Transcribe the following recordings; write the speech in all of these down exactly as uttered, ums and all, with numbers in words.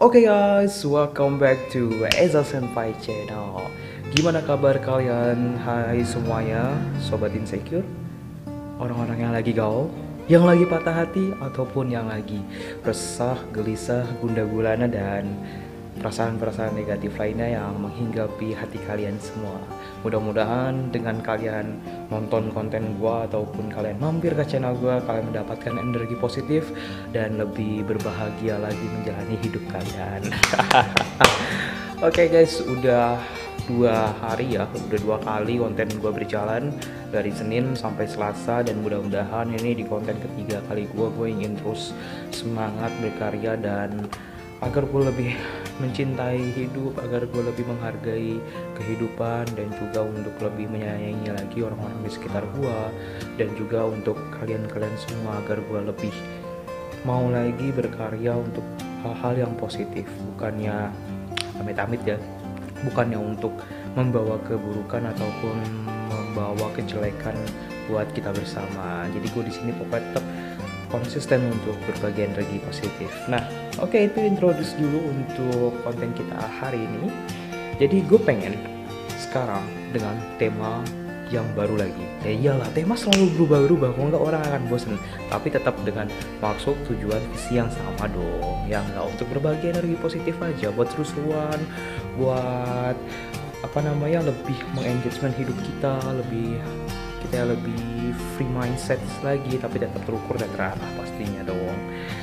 Oke guys, welcome back to Eza Senpai Channel. Gimana kabar kalian? Hai semuanya, Sobat Insecure, orang-orang yang lagi gaul, yang lagi patah hati, ataupun yang lagi resah, gelisah, gundah gulana, dan perasaan-perasaan negatif lainnya yang menghinggapi hati kalian semua. Mudah-mudahan dengan kalian nonton konten gua ataupun kalian mampir ke channel gua, kalian mendapatkan energi positif dan lebih berbahagia lagi menjalani hidup kalian. Oke okay guys, udah dua hari ya, udah dua kali konten gua berjalan dari Senin sampai Selasa, dan mudah-mudahan ini di konten ketiga kali gua gue ingin terus semangat berkarya dan agar gue lebih mencintai hidup, agar gue lebih menghargai kehidupan, dan juga untuk lebih menyayangi lagi orang-orang di sekitar gue, dan juga untuk kalian-kalian semua agar gue lebih mau lagi berkarya untuk hal-hal yang positif, bukannya amit-amit ya, bukannya untuk membawa keburukan ataupun membawa kejelekan buat kita bersama. Jadi gue di sini pokoknya tetap konsisten untuk berbagi energi positif. Nah, oke okay, itu introduce dulu untuk konten kita hari ini. Jadi gue pengen sekarang dengan tema yang baru lagi. Ya iyalah, tema selalu berubah-ubah, kalau nggak orang akan bosen. Tapi tetap dengan maksud, tujuan, visi yang sama dong. Ya nggak, untuk berbagi energi positif aja, buat seru-seruan, buat apa namanya, lebih mengengagement hidup kita, lebih kita lebih free mindset lagi, tapi tetap terukur dan terarah pastinya dong.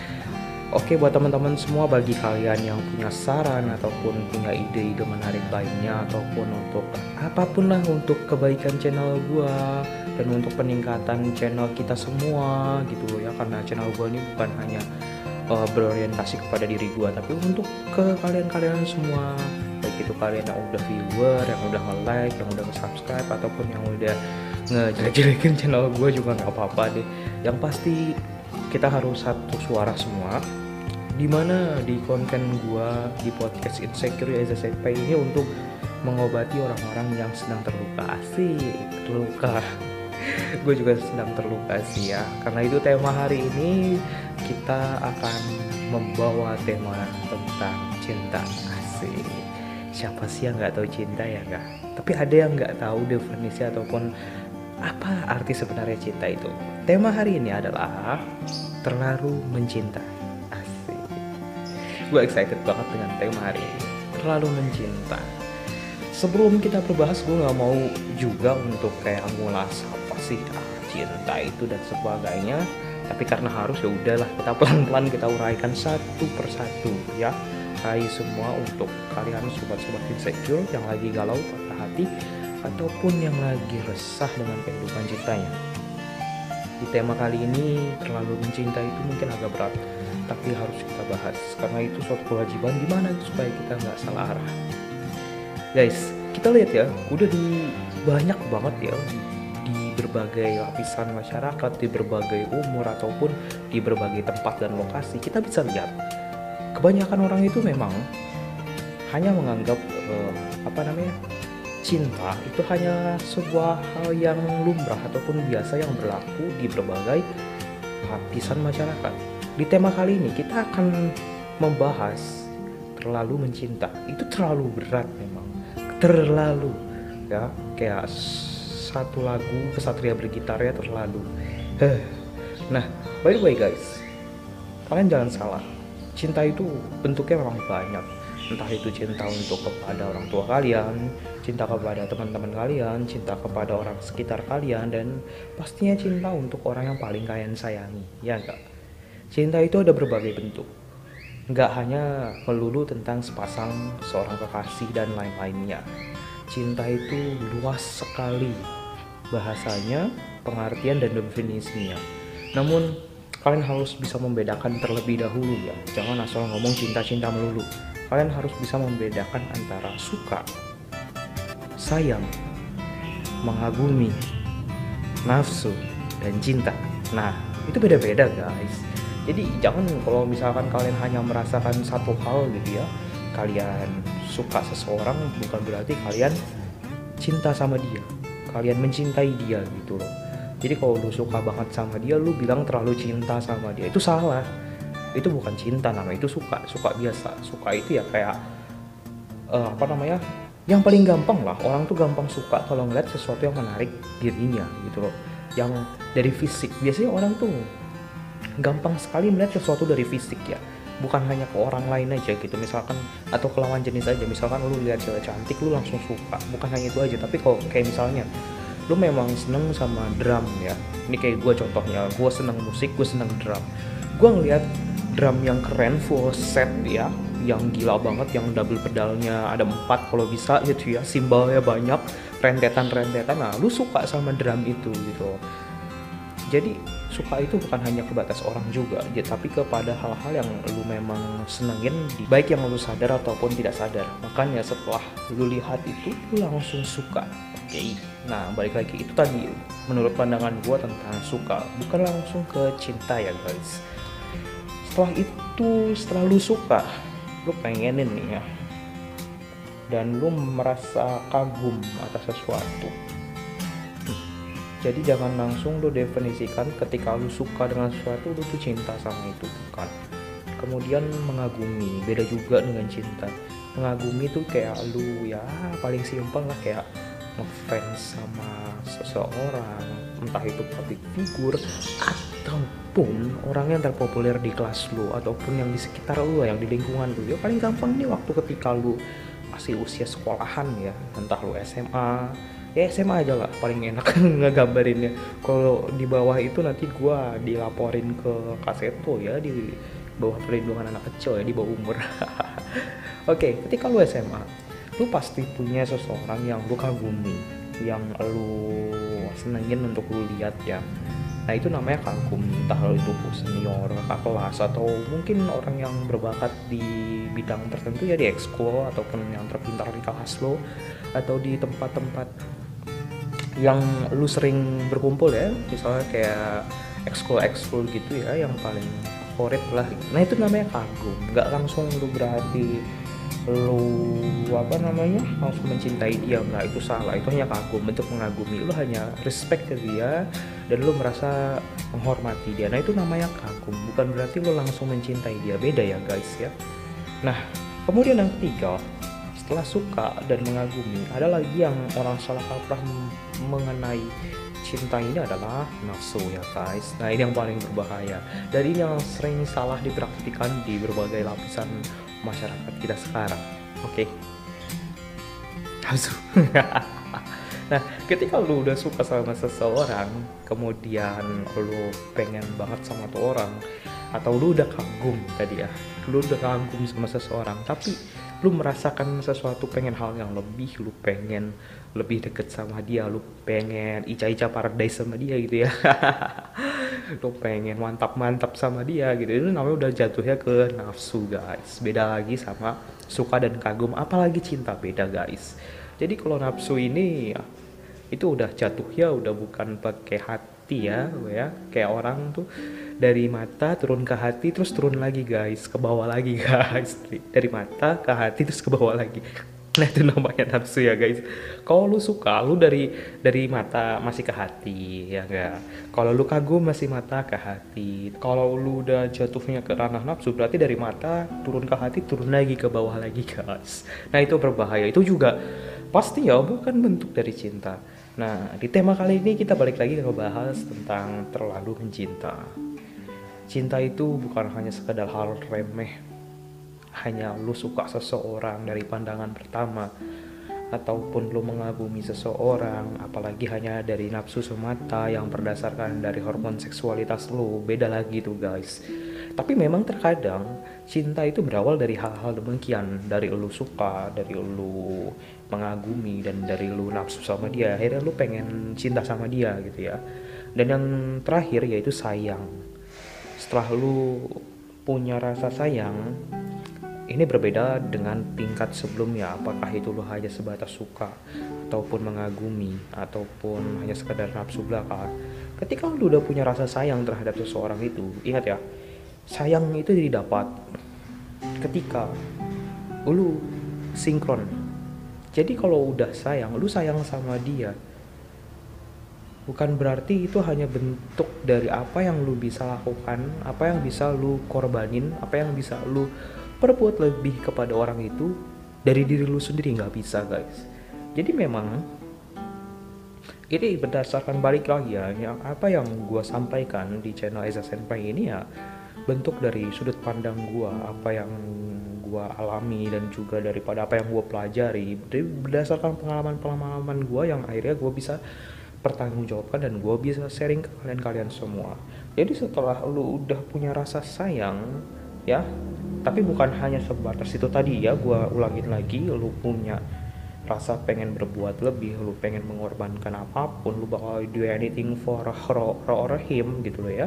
Oke, buat teman-teman semua, bagi kalian yang punya saran ataupun punya ide-ide menarik lainnya, ataupun untuk apapun lah untuk kebaikan channel gua dan untuk peningkatan channel kita semua gitu ya, karena channel gua ini bukan hanya uh, berorientasi kepada diri gua, tapi untuk ke kalian-kalian semua, baik itu kalian yang udah viewer, yang udah nge-like, yang udah nge-subscribe, ataupun yang udah ngejelek-jelekin channel gue juga nggak apa-apa deh. Yang pasti kita harus satu suara semua, dimana di konten gue di podcast Insecure Eza Senpai ini untuk mengobati orang-orang yang sedang terluka. Asik, terluka. Gue juga sedang terluka sih ya. Karena itu tema hari ini kita akan membawa tema tentang cinta. Asik. Siapa sih yang nggak tahu cinta ya nggak? Tapi ada yang nggak tahu definisi ataupun apa arti sebenarnya cinta itu. Tema hari ini adalah terlalu mencinta. Asik. Gue excited banget dengan tema hari ini, terlalu mencinta. Sebelum kita berbahas, gue nggak mau juga untuk kayak ngulas apa sih ah, cinta itu dan sebagainya. Tapi karena harus, ya udahlah, kita pelan-pelan kita uraikan satu persatu ya. Hai semua, untuk kalian sobat-sobat insecure yang lagi galau, patah hati, ataupun yang lagi resah dengan kehidupan cintanya. Di tema kali ini, terlalu mencinta itu mungkin agak berat, tapi harus kita bahas karena itu suatu kewajiban dimana supaya kita nggak salah arah. Guys, kita lihat ya, udah di banyak banget ya di berbagai lapisan masyarakat, di berbagai umur ataupun di berbagai tempat dan lokasi, kita bisa lihat kebanyakan orang itu memang hanya menganggap uh, apa namanya cinta itu hanya sebuah hal yang lumrah ataupun biasa yang berlaku di berbagai lapisan masyarakat. Di tema kali ini kita akan membahas terlalu mencinta. Itu terlalu berat memang, terlalu ya, kayak satu lagu Kesatria Bergitar ya, terlalu. Nah, by the way guys, kalian jangan salah, cinta itu bentuknya memang banyak. Entah itu cinta untuk kepada orang tua kalian, cinta kepada teman-teman kalian, cinta kepada orang sekitar kalian, dan pastinya cinta untuk orang yang paling kalian sayangi, ya enggak? Cinta itu ada berbagai bentuk, enggak hanya melulu tentang sepasang seorang kekasih dan lain-lainnya. Cinta itu luas sekali bahasanya, pengertian dan definisinya. Namun kalian harus bisa membedakan terlebih dahulu ya, jangan asal ngomong cinta-cinta melulu. Kalian harus bisa membedakan antara suka, sayang, mengagumi, nafsu, dan cinta. Nah, itu beda-beda guys. Jadi jangan kalau misalkan kalian hanya merasakan satu hal gitu ya, kalian suka seseorang bukan berarti kalian cinta sama dia, kalian mencintai dia gitu loh. Jadi kalau lu suka banget sama dia, lu bilang terlalu cinta sama dia, itu salah. itu bukan cinta, namanya itu suka. Suka biasa. Suka itu ya kayak uh, apa namanya, yang paling gampang lah, orang tuh gampang suka kalau ngeliat sesuatu yang menarik dirinya gitu loh, yang dari fisik. Biasanya orang tuh gampang sekali melihat sesuatu dari fisik ya, bukan hanya ke orang lain aja gitu misalkan, atau ke lawan jenis aja. Misalkan lu lihat cewek cantik lu langsung suka, bukan hanya itu aja. Tapi kalau kayak misalnya lu memang seneng sama drum ya, ini kayak gue contohnya, gue seneng musik, gue seneng drum, gue ngeliat drum yang keren full set ya, yang gila banget, yang double pedalnya ada empat kalau bisa gitu ya, simbalnya banyak, rentetan-rentetan, nah lu suka sama drum itu gitu. Jadi suka itu bukan hanya ke batas orang juga ya, tapi kepada hal-hal yang lu memang senengin, baik yang lu sadar ataupun tidak sadar. Makanya setelah lu lihat itu lu langsung suka. Oke, okay. Nah balik lagi, itu tadi menurut pandangan gue tentang suka, bukan langsung ke cinta ya guys. Setelah itu, setelah lu suka, lu pengenin nih ya, dan lu merasa kagum atas sesuatu. Jadi jangan langsung lu definisikan ketika lu suka dengan sesuatu lu tuh cinta sama itu, bukan. Kemudian mengagumi, beda juga dengan cinta. Mengagumi tuh kayak lu ya paling simpel lah, kayak ngefans sama seseorang, entah itu public figure ataupun orang yang terpopuler di kelas lu, ataupun yang di sekitar lu, yang di lingkungan lu. Ya paling gampang nih waktu ketika lu masih usia sekolahan ya, entah lu S M A, ya S M A aja lah paling enak ngegambarinnya. Kalau di bawah itu nanti gua dilaporin ke Kaseto ya, di bawah perlindungan anak kecil ya, di bawah umur. Oke, ketika lu S M A, lu pasti punya seseorang yang lu kagumi, yang lu senengin untuk lu lihat ya. Nah itu namanya kagum, entah itu senior, kakak kelas, atau mungkin orang yang berbakat di bidang tertentu ya, di ekskul, ataupun yang terpintar di kelas lo, atau di tempat-tempat yang lu sering berkumpul ya, misalnya kayak ekskul-ekskul gitu ya, yang paling favorit lah. Nah itu namanya kagum, nggak langsung lu berarti lu apa namanya langsung mencintai dia, nggak, itu salah. Itu hanya kagum, bentuk mengagumi, lu hanya respect ke dia dan lu merasa menghormati dia. Nah itu namanya kagum, bukan berarti lu langsung mencintai dia, beda ya guys ya. Nah kemudian yang ketiga, setelah suka dan mengagumi, ada lagi yang orang salah kaprah mengenai cinta ini adalah nafsu ya guys. Nah ini yang paling berbahaya, dari yang sering salah dipraktikkan di berbagai lapisan masyarakat kita sekarang. Oke, okay. Nafsu. Nah ketika lu udah suka sama seseorang, kemudian lu pengen banget sama tuh orang, atau lu udah kagum tadi ya, lu udah kagum sama seseorang, tapi lu merasakan sesuatu, pengen hal yang lebih, lu pengen lebih deket sama dia, lu pengen ica-ica paradise sama dia gitu ya. Lu pengen mantap-mantap sama dia gitu, itu namanya udah jatuhnya ke nafsu guys. Beda lagi sama suka dan kagum, apalagi cinta, beda guys. Jadi kalau nafsu ini ya, itu udah jatuhnya udah bukan pakai hati ya, ya kayak orang tuh dari mata turun ke hati terus turun lagi guys, ke bawah lagi guys, dari mata ke hati terus ke bawah lagi. Nah itu namanya nafsu ya guys. Kalau lu suka, lu dari dari mata masih ke hati ya enggak. Kalau lu kagum masih mata ke hati. Kalau lu udah jatuhnya ke ranah nafsu, berarti dari mata turun ke hati, turun lagi ke bawah lagi guys. Nah itu berbahaya, itu juga pasti ya bukan bentuk dari cinta. Nah di tema kali ini kita balik lagi ngebahas tentang terlalu mencinta. Cinta itu bukan hanya sekedar hal remeh, hanya lu suka seseorang dari pandangan pertama, ataupun lu mengagumi seseorang, apalagi hanya dari nafsu semata yang berdasarkan dari hormon seksualitas lu, beda lagi tuh guys. Tapi memang terkadang cinta itu berawal dari hal-hal demikian, dari lu suka, dari lu mengagumi, dan dari lu nafsu sama dia, akhirnya lu pengen cinta sama dia gitu ya. Dan yang terakhir yaitu sayang. Setelah lu punya rasa sayang, ini berbeda dengan tingkat sebelumnya, apakah itu lu hanya sebatas suka, ataupun mengagumi, ataupun hanya sekedar nafsu belaka. Ketika lu udah punya rasa sayang terhadap seseorang itu, ingat ya, sayang itu didapat ketika lu sinkron. Jadi kalau udah sayang, lu sayang sama dia, bukan berarti itu hanya bentuk dari apa yang lu bisa lakukan, apa yang bisa lu korbanin, apa yang bisa lu perbuat lebih kepada orang itu dari diri lu sendiri. Nggak bisa guys. Jadi memang ini berdasarkan balik lagi ya, yang apa yang gue sampaikan di channel Eza Senpai ini ya bentuk dari sudut pandang gue, apa yang gue alami dan juga daripada apa yang gue pelajari, dari berdasarkan pengalaman-pengalaman gue yang akhirnya gue bisa pertanggungjawabkan dan gue bisa sharing ke kalian-kalian semua. Jadi setelah lu udah punya rasa sayang ya, tapi bukan hanya sebatas itu tadi ya, gue ulangin lagi, lu punya rasa pengen berbuat lebih, lu pengen mengorbankan apapun, lu bakal do anything for her or him gitu loh ya.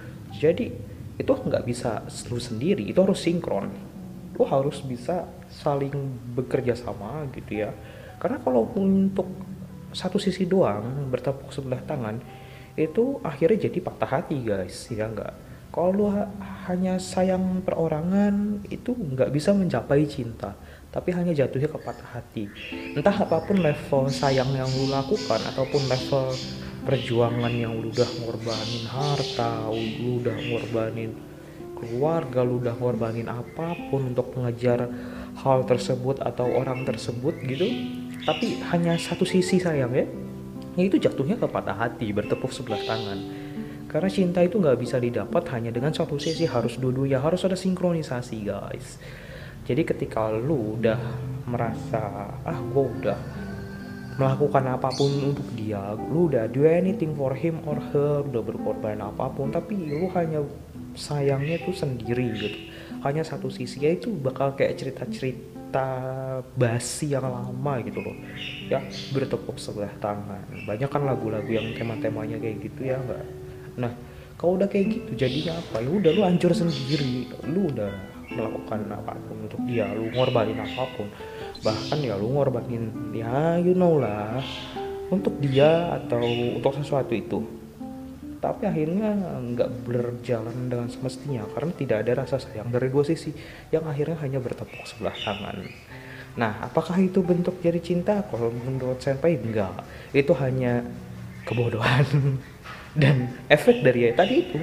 Jadi itu nggak bisa lu sendiri, itu harus sinkron. Lu harus bisa saling bekerja sama gitu ya. Karena kalau untuk satu sisi doang bertepuk sebelah tangan, itu akhirnya jadi patah hati guys, ya nggak? Kalau lu ha- hanya sayang perorangan, itu nggak bisa mencapai cinta, tapi hanya jatuhnya ke patah hati. Entah apapun level sayang yang lu lakukan ataupun level perjuangan yang lu udah ngorbanin harta, lu udah ngorbanin keluarga, lu udah ngorbanin apapun untuk mengejar hal tersebut atau orang tersebut gitu, tapi hanya satu sisi sayang ya, ya itu jatuhnya ke patah hati, bertepuk sebelah tangan. Karena cinta itu nggak bisa didapat hanya dengan satu sisi, harus dua-duanya, harus ada sinkronisasi guys. Jadi ketika lu udah merasa ah gue udah melakukan apapun untuk dia, lu udah do anything for him or her, udah berkorban apapun, tapi lu hanya sayangnya tuh sendiri gitu, hanya satu sisi, ya itu bakal kayak cerita-cerita basi yang lama gitu loh ya, bertepuk sebelah tangan. Banyak kan lagu-lagu yang tema-temanya kayak gitu ya enggak. Nah kalau udah kayak gitu jadinya apa ya, udah lu hancur sendiri, lu udah melakukan apapun untuk dia, lu ngorbanin apapun, bahkan ya lu ngorbanin ya you know lah untuk dia atau untuk sesuatu itu, tapi akhirnya nggak berjalan dengan semestinya karena tidak ada rasa sayang dari dua sisi yang akhirnya hanya bertepuk sebelah tangan. Nah apakah itu bentuk dari cinta? Kalau menurut Senpai enggak, itu hanya kebodohan dan efek dari ya, tadi itu.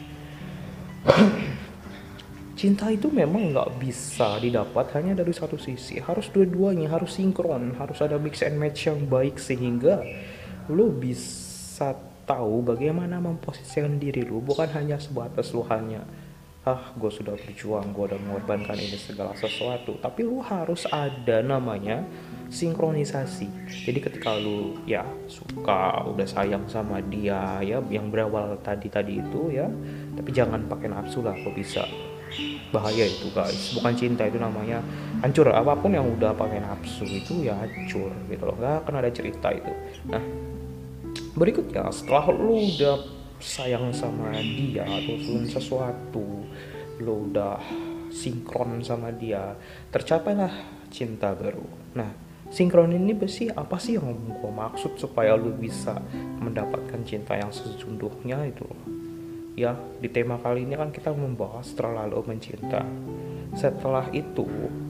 Cinta itu memang nggak bisa didapat hanya dari satu sisi, harus dua-duanya, harus sinkron, harus ada mix and match yang baik sehingga lu bisa tahu bagaimana memposisikan diri lu, bukan hanya sebatas lu hanya ah gue sudah berjuang, gue udah mengorbankan ini segala sesuatu, tapi lu harus ada namanya sinkronisasi. Jadi ketika lu ya suka, udah sayang sama dia ya, yang berawal tadi-tadi itu ya, tapi jangan pakai nafsu lah kok bisa, bahaya itu guys, bukan cinta itu namanya, hancur. Apapun yang udah pakai nafsu itu ya hancur gitu loh, gak akan ada cerita itu. Nah berikutnya setelah lu udah sayang sama dia atau sesuatu, lu udah sinkron sama dia, tercapailah cinta baru. Nah sinkron ini sih apa sih yang gue maksud supaya lu bisa mendapatkan cinta yang sesungguhnya itu loh ya. Di tema kali ini kan kita membahas terlalu mencinta. Setelah itu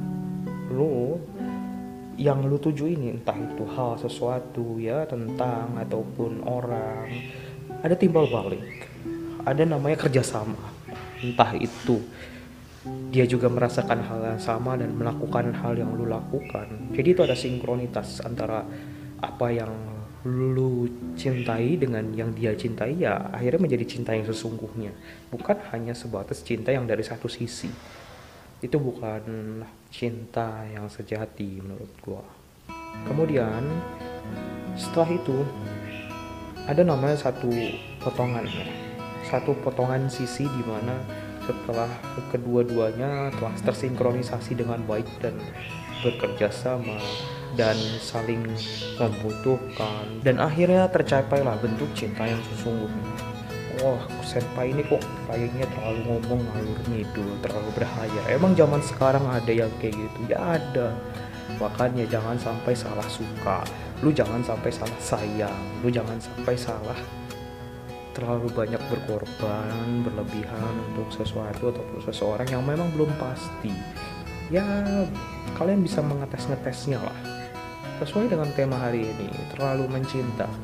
lu yang lu tuju ini, entah itu hal sesuatu ya, tentang ataupun orang, ada timbal balik, ada namanya kerjasama. Entah itu dia juga merasakan hal yang sama dan melakukan hal yang lu lakukan, jadi itu ada sinkronitas antara apa yang lu cintai dengan yang dia cintai, ya akhirnya menjadi cinta yang sesungguhnya, bukan hanya sebatas cinta yang dari satu sisi. Itu bukan cinta yang sejati menurut gua. Kemudian setelah itu ada namanya satu potongan ya, satu potongan sisi di mana setelah kedua-duanya telah tersinkronisasi dengan baik dan bekerja sama dan saling membutuhkan, dan akhirnya tercapailah bentuk cinta yang sesungguhnya. Wah, senpai ini kok kayaknya terlalu ngomong ngalur ngidul, terlalu berhayal. Emang zaman sekarang ada yang kayak gitu? Ya ada. Makanya jangan sampai salah suka, lu jangan sampai salah sayang, lu jangan sampai salah terlalu banyak berkorban berlebihan untuk sesuatu ataupun seseorang yang memang belum pasti. Ya kalian bisa mengetes-ngetesnya lah sesuai dengan tema hari ini, terlalu mencinta.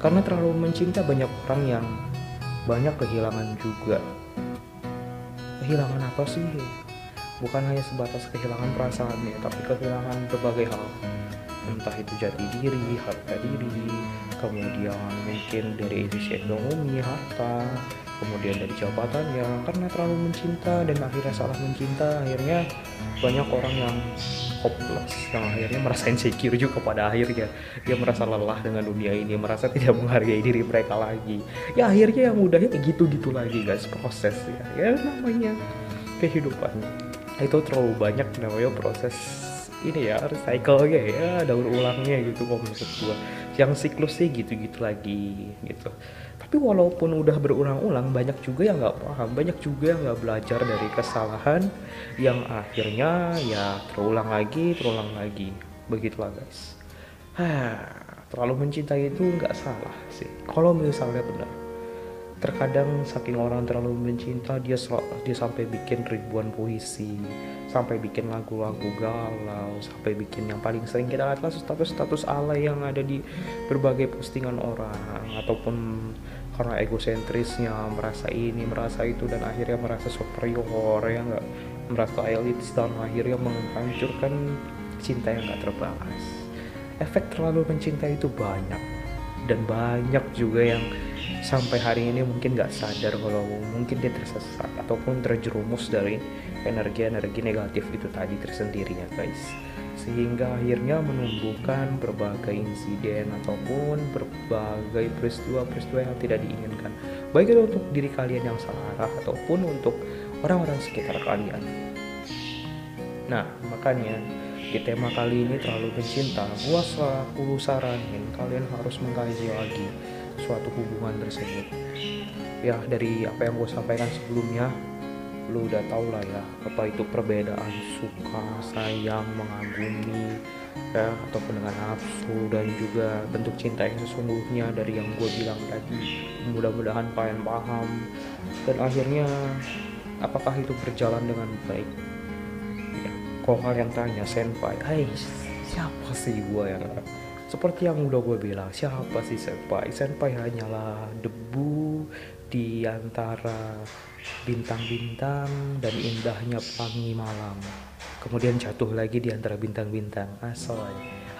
Karena terlalu mencinta, banyak orang yang banyak kehilangan juga. Kehilangan apa sih? Bukan hanya sebatas kehilangan perasaannya, tapi kehilangan berbagai hal. Entah itu jati diri, harga diri, kemudian mungkin dari sisi ekonomi, harta, kemudian dari jabatannya. Karena terlalu mencinta dan akhirnya salah mencinta, akhirnya banyak orang yang hopeless, yang akhirnya merasa insecure juga pada akhirnya. Dia merasa lelah dengan dunia ini, merasa tidak menghargai diri mereka lagi. Ya akhirnya yang udahnya gitu-gitu lagi guys, proses ya. Ya namanya kehidupan. Itu terlalu banyak namanya proses ini ya, recycle-nya ya, daur ulangnya gitu kalau menurut gua. Yang siklusnya gitu-gitu lagi gitu. Tapi walaupun udah berulang-ulang, banyak juga yang nggak paham, banyak juga yang nggak belajar dari kesalahan, yang akhirnya ya terulang lagi, terulang lagi. Begitulah guys. Hah, terlalu mencintai itu nggak salah sih, kalau misalnya benar. Terkadang saking orang terlalu mencinta, dia dia sampai bikin ribuan puisi, sampai bikin lagu-lagu galau, sampai bikin yang paling sering kita lihat status-status alay yang ada di berbagai postingan orang, ataupun karena egosentrisnya merasa ini merasa itu dan akhirnya merasa superior, ya nggak, merasa elitis, dan akhirnya menghancurkan cinta yang nggak terbalas. Efek terlalu mencintai itu banyak, dan banyak juga yang sampai hari ini mungkin nggak sadar kalau mungkin dia tersesat ataupun terjerumus dari energi-energi negatif itu tadi tersendiri ya guys, sehingga akhirnya menumbuhkan berbagai insiden ataupun berbagai peristiwa-peristiwa yang tidak diinginkan, baik itu untuk diri kalian yang salah ataupun untuk orang-orang sekitar kalian. Nah makanya di tema kali ini terlalu mencinta, gua selalu saranin kalian harus mengkaji lagi suatu hubungan tersebut. Ya dari apa yang gue sampaikan sebelumnya, lu udah tau lah ya apa itu perbedaan suka, sayang, mengagumi ya, ataupun dengan nafsu, dan juga bentuk cinta yang sesungguhnya dari yang gue bilang tadi. Mudah-mudahan kalian paham dan akhirnya apakah itu berjalan dengan baik ya. Kalau kalian tanya senpai, hai siapa sih gue ya, seperti yang udah gue bilang, siapa sih senpai? Senpai hanyalah debu di antara bintang-bintang dan indahnya pelangi malam, kemudian jatuh lagi di antara bintang-bintang. Asoy.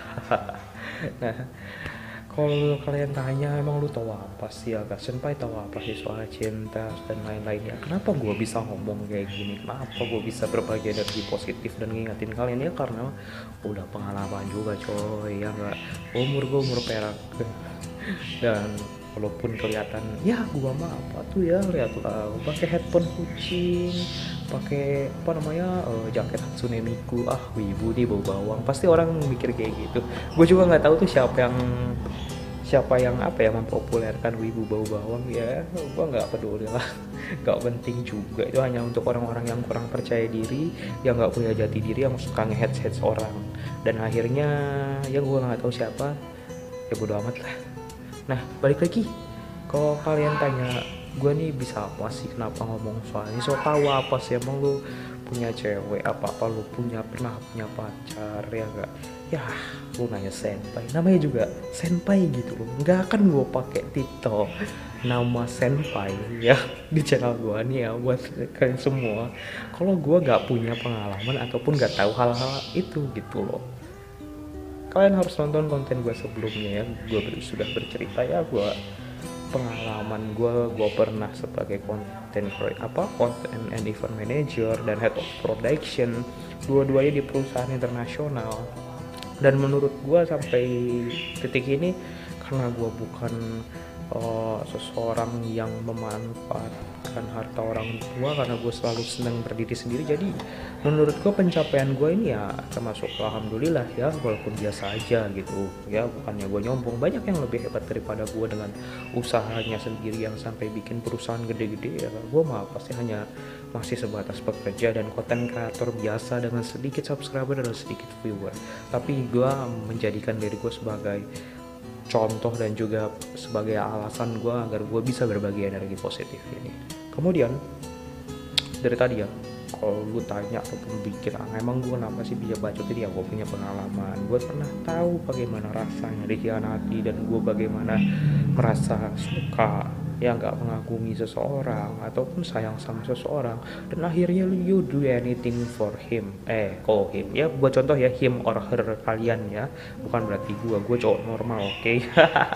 Nah, kalau kalian tanya emang lu tahu apa sih ya kak, senpai tahu apa sih soal cinta dan lain-lainnya, kenapa gue bisa ngomong kayak gini, kenapa gue bisa berbagi energi positif dan ngingetin kalian, ya karena udah pengalaman juga coy, ya nggak, umur gue umur perak. Dan walaupun kelihatan ya gue mah apa tuh ya, lihat lah pakai headphone kucing, pakai apa namanya uh, jaket Hatsune Miku, ah wibu nih bau bawang, pasti orang mikir kayak gitu. Gue juga nggak tahu tuh siapa yang siapa yang apa ya mempopulerkan wibu bau bawang ya, gue nggak peduli lah, nggak penting juga, itu hanya untuk orang-orang yang kurang percaya diri, yang nggak punya jati diri, yang suka nge-heads orang, dan akhirnya ya gue nggak tahu siapa, ya bodo amat lah. Nah balik lagi, kalau kalian tanya gue nih bisa apa sih, kenapa ngomong soal ini, so tahu apa sih, emang lu punya cewek apa apa, lu punya pernah punya pacar ya enggak, ya lu nanya senpai, namanya juga senpai gitu loh, nggak akan gue pakai titel nama senpai ya di channel gue nih ya buat kalian semua, kalau gue nggak punya pengalaman ataupun nggak tahu hal-hal itu gitu loh. Kalian harus nonton konten gue sebelumnya ya, gue sudah bercerita ya gue pengalaman gue, gue pernah sebagai content apa content and event manager dan head of production, dua-duanya di perusahaan internasional. Dan menurut gue sampai detik ini, karena gue bukan uh, seseorang yang memanfaatkan harta orang tua, karena gue selalu senang berdiri sendiri, jadi menurut gue pencapaian gue ini ya termasuk alhamdulillah ya, walaupun biasa aja gitu ya, bukannya gue nyombong, banyak yang lebih hebat daripada gue dengan usahanya sendiri yang sampai bikin perusahaan gede-gede ya. Gue mah pasti hanya masih sebatas pekerja dan konten kreator biasa dengan sedikit subscriber dan sedikit viewer, tapi gue menjadikan diri gue sebagai contoh dan juga sebagai alasan gue agar gue bisa berbagi energi positif ini. Kemudian dari tadi ya, Kalau lu tanya ataupun pikir, ah, emang gue kenapa sih bisa bacot ini, ya gue punya pengalaman, gue pernah tahu bagaimana rasanya dikhianati, dan gue bagaimana merasa suka ya nggak mengagumi seseorang ataupun sayang sama seseorang, dan akhirnya you do anything for him eh call him ya, buat contoh ya, him or her kalian ya, bukan berarti gue gue cowok normal, oke okay?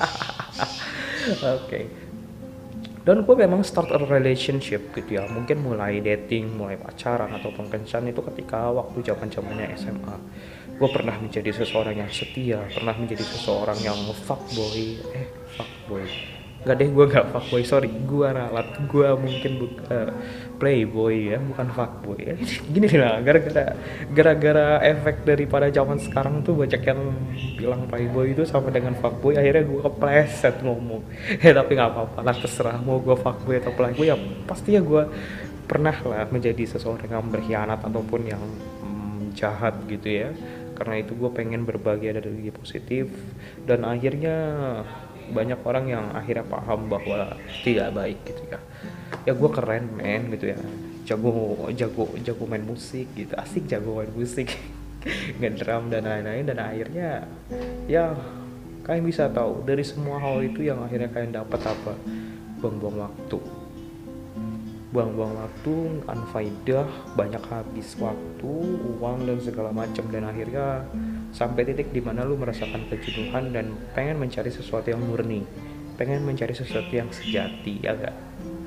Oke okay. Dan gue memang start a relationship gitu ya, mungkin mulai dating, mulai pacaran ataupun kencan itu ketika waktu zaman zamannya S M A. Gue pernah menjadi seseorang yang setia, pernah menjadi seseorang yang fuckboy eh fuckboy Gak deh, gue gak fuckboy, sorry, gue ralat, gue mungkin bukan uh, playboy ya, bukan fuckboy ya. Gini lah, gara-gara gara-gara efek daripada zaman sekarang tuh banyak yang bilang playboy itu sama dengan fuckboy, akhirnya gue kepleset ngomong. Ya tapi nggak apa-apa lah, terserah mau gue fuckboy atau playboy, ya pasti ya gue pernah lah menjadi seseorang yang berkhianat ataupun yang mm, jahat gitu ya. Karena itu gue pengen berbagi dari positif, dan akhirnya banyak orang yang akhirnya paham bahwa tidak baik gitu ya. Ya gue keren men gitu ya, jago jago jago main musik gitu, asik jago main musik ngedrum dan lain-lain, dan akhirnya ya kalian bisa tahu dari semua hal itu yang akhirnya kalian dapat apa, buang-buang waktu buang-buang waktu, unfaedah, banyak habis waktu, uang dan segala macam, dan akhirnya sampai titik dimana lu merasakan kejenuhan dan pengen mencari sesuatu yang murni, pengen mencari sesuatu yang sejati, ya gak?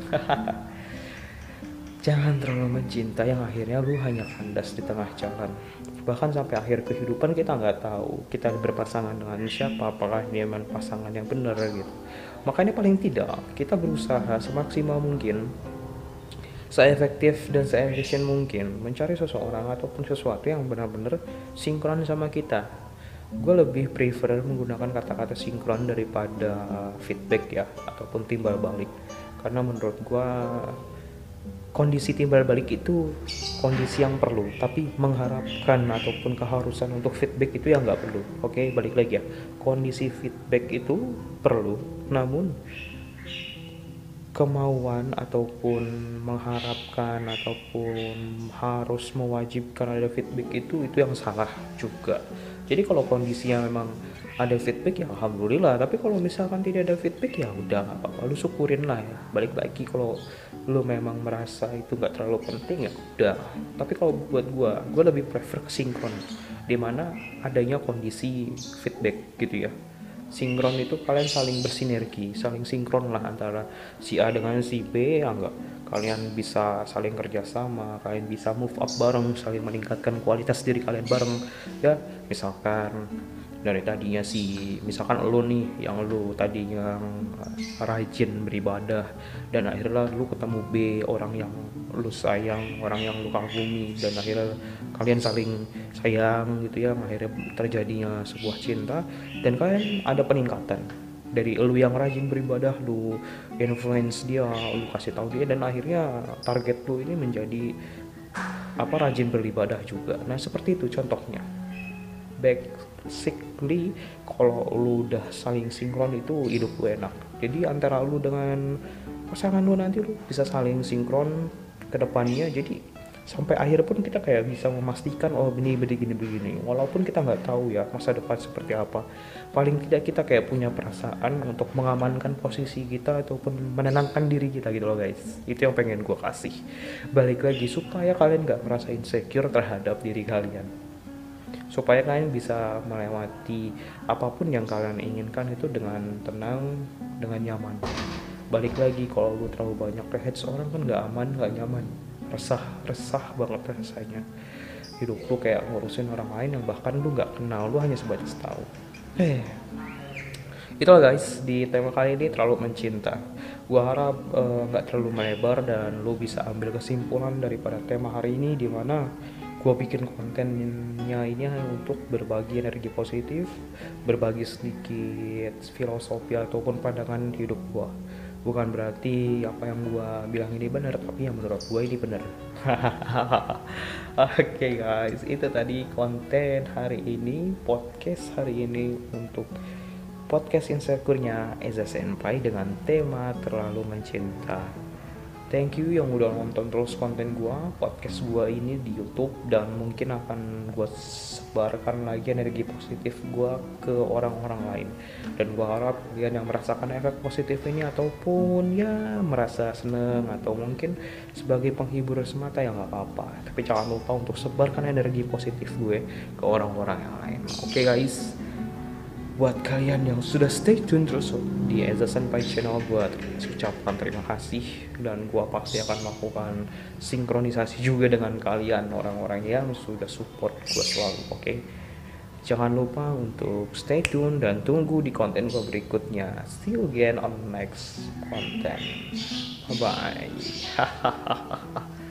Jangan terlalu mencinta yang akhirnya lu hanya kandas di tengah jalan. Bahkan sampai akhir kehidupan kita nggak tahu kita berpasangan dengan siapa, apakah dia memang pasangan yang benar gitu. Makanya paling tidak kita berusaha semaksimal mungkin, se-efektif dan se-efisien mungkin mencari seseorang ataupun sesuatu yang benar-benar sinkron sama kita. Gue lebih prefer menggunakan kata-kata sinkron daripada feedback ya, ataupun timbal balik. Karena menurut gue kondisi timbal balik itu kondisi yang perlu, tapi mengharapkan ataupun keharusan untuk feedback itu yang nggak perlu. Oke, balik lagi ya, kondisi feedback itu perlu, namun kemauan ataupun mengharapkan ataupun harus mewajibkan ada feedback itu itu yang salah juga. Jadi kalau kondisinya memang ada feedback ya alhamdulillah, tapi kalau misalkan tidak ada feedback ya udah nggak apa-apa, lu syukurin lah ya. Balik lagi, kalau lu memang merasa itu nggak terlalu penting ya udah. Tapi kalau buat gua gua lebih prefer sinkron, dimana adanya kondisi feedback gitu ya. Sinkron itu kalian saling bersinergi, saling sinkron lah antara si A dengan si B, ya enggak, kalian bisa saling kerjasama, kalian bisa move up bareng, saling meningkatkan kualitas diri kalian bareng ya. Misalkan dari tadinya si misalkan lu nih yang lu tadinya rajin beribadah, dan akhirnya lu ketemu B, orang yang lu sayang, orang yang lu kagumi, dan akhirnya kalian saling sayang gitu ya, akhirnya terjadinya sebuah cinta, dan kalian ada peningkatan dari lu yang rajin beribadah, lu influence dia, lu kasih tahu dia, dan akhirnya target lu ini menjadi apa, rajin beribadah juga. Nah seperti itu contohnya. Basically kalau lu udah saling sinkron itu hidup lu enak. Jadi antara lu dengan pasangan lu nanti lu bisa saling sinkron ke depannya, jadi sampai akhir pun kita kayak bisa memastikan oh begini begini begini, walaupun kita nggak tahu ya masa depan seperti apa. Paling tidak kita kayak punya perasaan untuk mengamankan posisi kita ataupun menenangkan diri kita gitu loh guys. Itu yang pengen gue kasih. Balik lagi, supaya kalian nggak merasa insecure terhadap diri kalian, supaya kalian bisa melewati apapun yang kalian inginkan itu dengan tenang, dengan nyaman. Balik lagi, kalau lu terlalu banyak rehat seorang kan nggak aman, nggak nyaman, resah resah banget rasanya. Hidup lu kayak ngurusin orang lain yang bahkan lu nggak kenal, lu hanya sebatas tahu. Eh itulah guys, di tema kali ini terlalu mencinta. Gua harap nggak uh, terlalu melebar dan lu bisa ambil kesimpulan daripada tema hari ini, dimana gue bikin kontennya ini untuk berbagi energi positif, berbagi sedikit filosofi ataupun pandangan hidup gue. Bukan berarti apa yang gue bilang ini benar, tapi yang menurut gue ini benar. Oke okay guys, itu tadi konten hari ini, podcast hari ini untuk podcast insecure-nya Eza Senpai dengan tema terlalu mencinta. Thank you yang udah nonton terus konten gua, podcast gua ini di YouTube, dan mungkin akan gua sebarkan lagi energi positif gua ke orang-orang lain. Dan gua harap kalian yang merasakan efek positif ini ataupun ya merasa seneng atau mungkin sebagai penghibur semata ya nggak apa-apa. Tapi jangan lupa untuk sebarkan energi positif gue ke orang-orang yang lain. Oke guys. Buat kalian yang sudah stay tune terus di Eza Senpai Channel, buat ucapkan terima kasih, dan gua pasti akan melakukan sinkronisasi juga dengan kalian orang-orang yang sudah support gua selalu. Oke, okay? Jangan lupa untuk stay tune dan tunggu di konten gua berikutnya. See you again on next content. Bye bye.